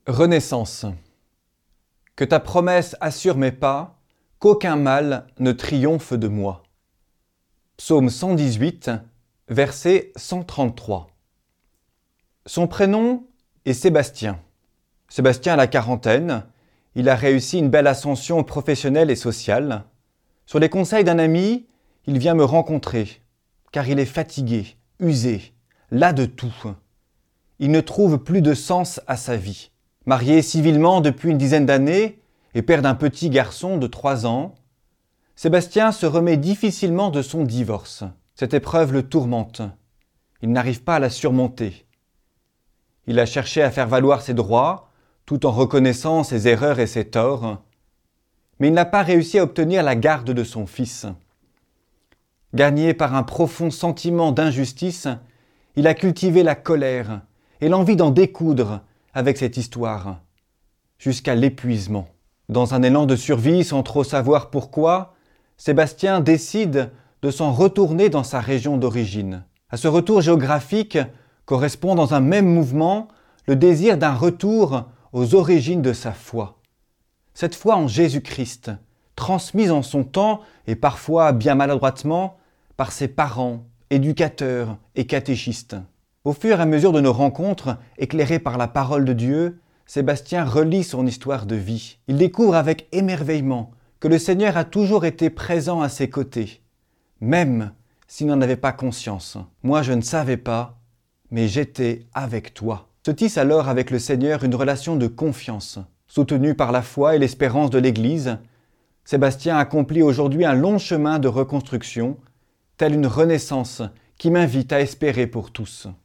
Renaissance. Que ta promesse assure mes pas, qu'aucun mal ne triomphe de moi. Psaume 118, verset 133. Son prénom est Sébastien. Sébastien a la quarantaine, il a réussi une belle ascension professionnelle et sociale. Sur les conseils d'un ami, il vient me rencontrer, car il est fatigué, usé, las de tout. Il ne trouve plus de sens à sa vie. Marié civilement depuis une dizaine d'années et père d'un petit garçon de 3 ans, Sébastien se remet difficilement de son divorce. Cette épreuve le tourmente. Il n'arrive pas à la surmonter. Il a cherché à faire valoir ses droits, tout en reconnaissant ses erreurs et ses torts, mais il n'a pas réussi à obtenir la garde de son fils. Gagné par un profond sentiment d'injustice, il a cultivé la colère et l'envie d'en découdre avec cette histoire, jusqu'à l'épuisement. Dans un élan de survie sans trop savoir pourquoi, Sébastien décide de s'en retourner dans sa région d'origine. À ce retour géographique correspond dans un même mouvement le désir d'un retour aux origines de sa foi. Cette foi en Jésus-Christ, transmise en son temps et parfois bien maladroitement par ses parents, éducateurs et catéchistes. Au fur et à mesure de nos rencontres, éclairées par la parole de Dieu, Sébastien relit son histoire de vie. Il découvre avec émerveillement que le Seigneur a toujours été présent à ses côtés, même s'il n'en avait pas conscience. Moi, je ne savais pas, mais j'étais avec toi. Se tisse alors avec le Seigneur une relation de confiance. Soutenu par la foi et l'espérance de l'Église, Sébastien accomplit aujourd'hui un long chemin de reconstruction, telle une renaissance qui m'invite à espérer pour tous.